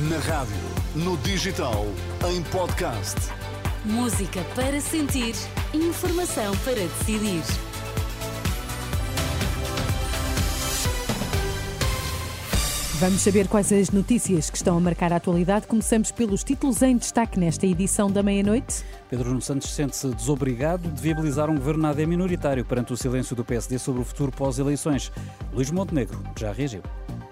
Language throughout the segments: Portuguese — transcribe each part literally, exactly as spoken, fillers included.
Na rádio, no digital, em podcast. Música para sentir, informação para decidir. Vamos saber quais as notícias que estão a marcar a atualidade. Começamos pelos títulos em destaque nesta edição da meia-noite. Pedro Nuno Santos sente-se desobrigado de viabilizar um governo A D minoritário perante o silêncio do P S D sobre o futuro pós-eleições. Luís Montenegro já reagiu.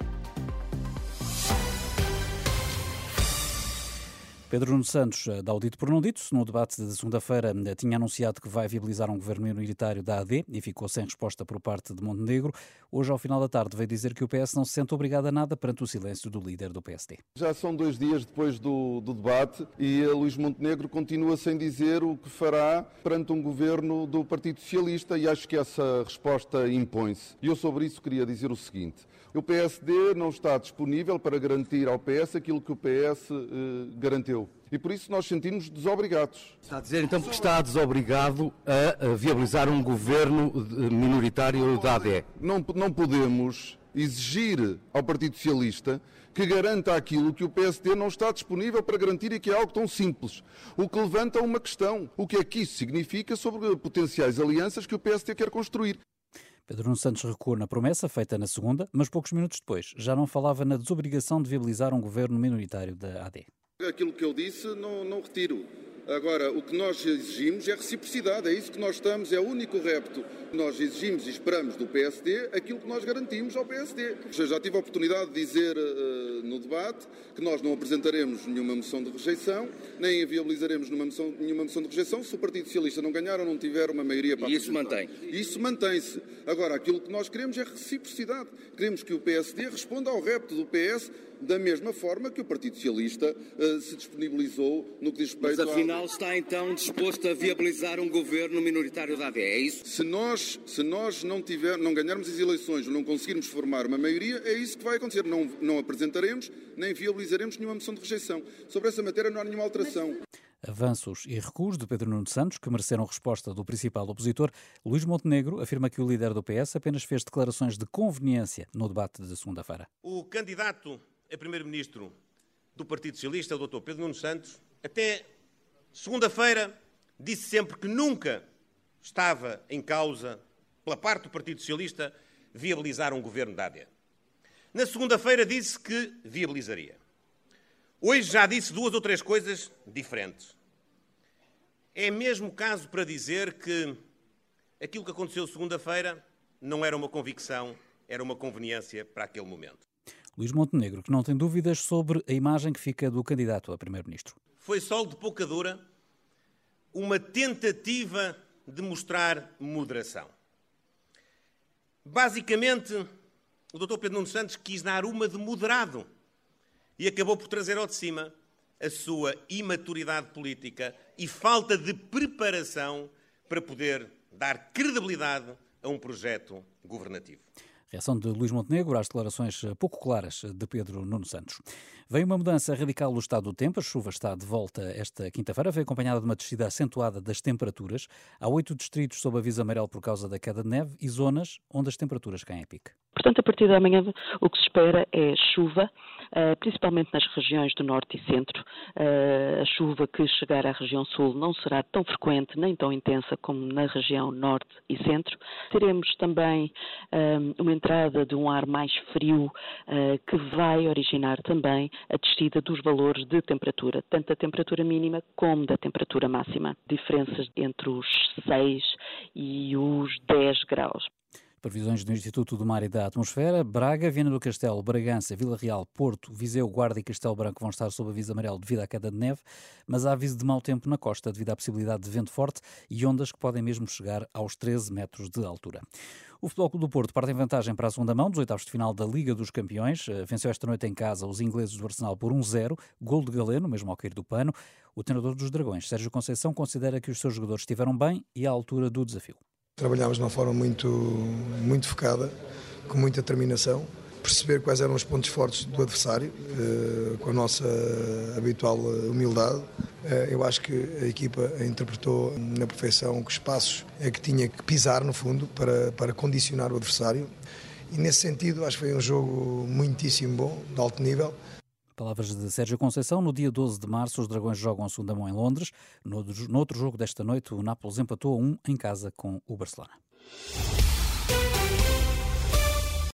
Pedro Nuno Santos dá o dito por não dito. No debate de segunda-feira tinha anunciado que vai viabilizar um governo minoritário da A D e ficou sem resposta por parte de Montenegro. Hoje, ao final da tarde, veio dizer que o P S não se sente obrigado a nada perante o silêncio do líder do P S D. Já são dois dias depois do, do debate e a Luís Montenegro continua sem dizer o que fará perante um governo do Partido Socialista e acho que essa resposta impõe-se. E eu sobre isso queria dizer o seguinte. O P S D não está disponível para garantir ao P S aquilo que o P S eh, garantiu. E por isso nós sentimos desobrigados. Está a dizer então que está desobrigado a viabilizar um governo minoritário da A D? Não, não podemos exigir ao Partido Socialista que garanta aquilo que o P S D não está disponível para garantir e que é algo tão simples. O que levanta uma questão. O que é que isso significa sobre potenciais alianças que o P S D quer construir? Pedro Nuno Santos recuou na promessa feita na segunda, mas poucos minutos depois já não falava na desobrigação de viabilizar um governo minoritário da A D. Aquilo que eu disse não, não retiro. Agora, o que nós exigimos é reciprocidade, é isso que nós estamos, é o único repto. Nós exigimos e esperamos do P S D aquilo que nós garantimos ao P S D. Eu já tive a oportunidade de dizer uh, no debate que nós não apresentaremos nenhuma moção de rejeição, nem viabilizaremos nenhuma moção, nenhuma moção de rejeição se o Partido Socialista não ganhar ou não tiver uma maioria para apresentar. E isso mantém? Isso mantém-se. Agora, aquilo que nós queremos é reciprocidade. Queremos que o P S D responda ao repto do P S da mesma forma que o Partido Socialista uh, se disponibilizou no que diz respeito Mas afinal a... está então disposto a viabilizar um governo minoritário da A D, é isso? Se nós, se nós não, tiver, não ganharmos as eleições ou não conseguirmos formar uma maioria, é isso que vai acontecer. Não, não apresentaremos nem viabilizaremos nenhuma moção de rejeição. Sobre essa matéria não há nenhuma alteração. Avanços e recuos de Pedro Nuno Santos, que mereceram resposta do principal opositor. Luís Montenegro afirma que o líder do P S apenas fez declarações de conveniência no debate de segunda-feira. O candidato a primeiro-ministro do Partido Socialista, o doutor Pedro Nuno Santos, até segunda-feira disse sempre que nunca estava em causa, pela parte do Partido Socialista, viabilizar um governo da A D. Na segunda-feira disse que viabilizaria. Hoje já disse duas ou três coisas diferentes. É mesmo caso para dizer que aquilo que aconteceu segunda-feira não era uma convicção, era uma conveniência para aquele momento. Luís Montenegro, que não tem dúvidas sobre a imagem que fica do candidato a primeiro-ministro. Foi sol de pouca dura, uma tentativa de mostrar moderação. Basicamente, o doutor Pedro Nuno Santos quis dar uma de moderado e acabou por trazer ao de cima a sua imaturidade política e falta de preparação para poder dar credibilidade a um projeto governativo. Reação de Luís Montenegro às declarações pouco claras de Pedro Nuno Santos. Vem uma mudança radical do estado do tempo. A chuva está de volta esta quinta-feira. Veio acompanhada de uma descida acentuada das temperaturas. Há oito distritos sob aviso amarelo por causa da queda de neve e zonas onde as temperaturas caem a pique. Portanto, a partir da manhã o que se espera é chuva, principalmente nas regiões do norte e centro. A chuva que chegar à região sul não será tão frequente nem tão intensa como na região norte e centro. Teremos também uma entrada de um ar mais frio que vai originar também a descida dos valores de temperatura, tanto da temperatura mínima como da temperatura máxima. Diferenças entre os seis e os dez graus. Previsões do Instituto do Mar e da Atmosfera. Braga, Viana do Castelo, Bragança, Vila Real, Porto, Viseu, Guarda e Castelo Branco vão estar sob aviso amarelo devido à queda de neve, mas há aviso de mau tempo na costa devido à possibilidade de vento forte e ondas que podem mesmo chegar aos treze metros de altura. O Futebol Clube do Porto parte em vantagem para a segunda mão dos oitavos de final da Liga dos Campeões. Venceu esta noite em casa os ingleses do Arsenal por um zero, gol de Galeno, mesmo ao cair do pano. O treinador dos Dragões, Sérgio Conceição, considera que os seus jogadores estiveram bem e à altura do desafio. Trabalhámos de uma forma muito, muito focada, com muita determinação, perceber quais eram os pontos fortes do adversário, eh, com a nossa habitual humildade. Eh, eu acho que a equipa interpretou na perfeição que espaços é que tinha que pisar, no fundo, para, para condicionar o adversário. E nesse sentido, acho que foi um jogo muitíssimo bom, de alto nível. Palavras de Sérgio Conceição. No dia doze de março, os Dragões jogam a segunda mão em Londres. No, no outro jogo desta noite, o Nápoles empatou a um em casa com o Barcelona.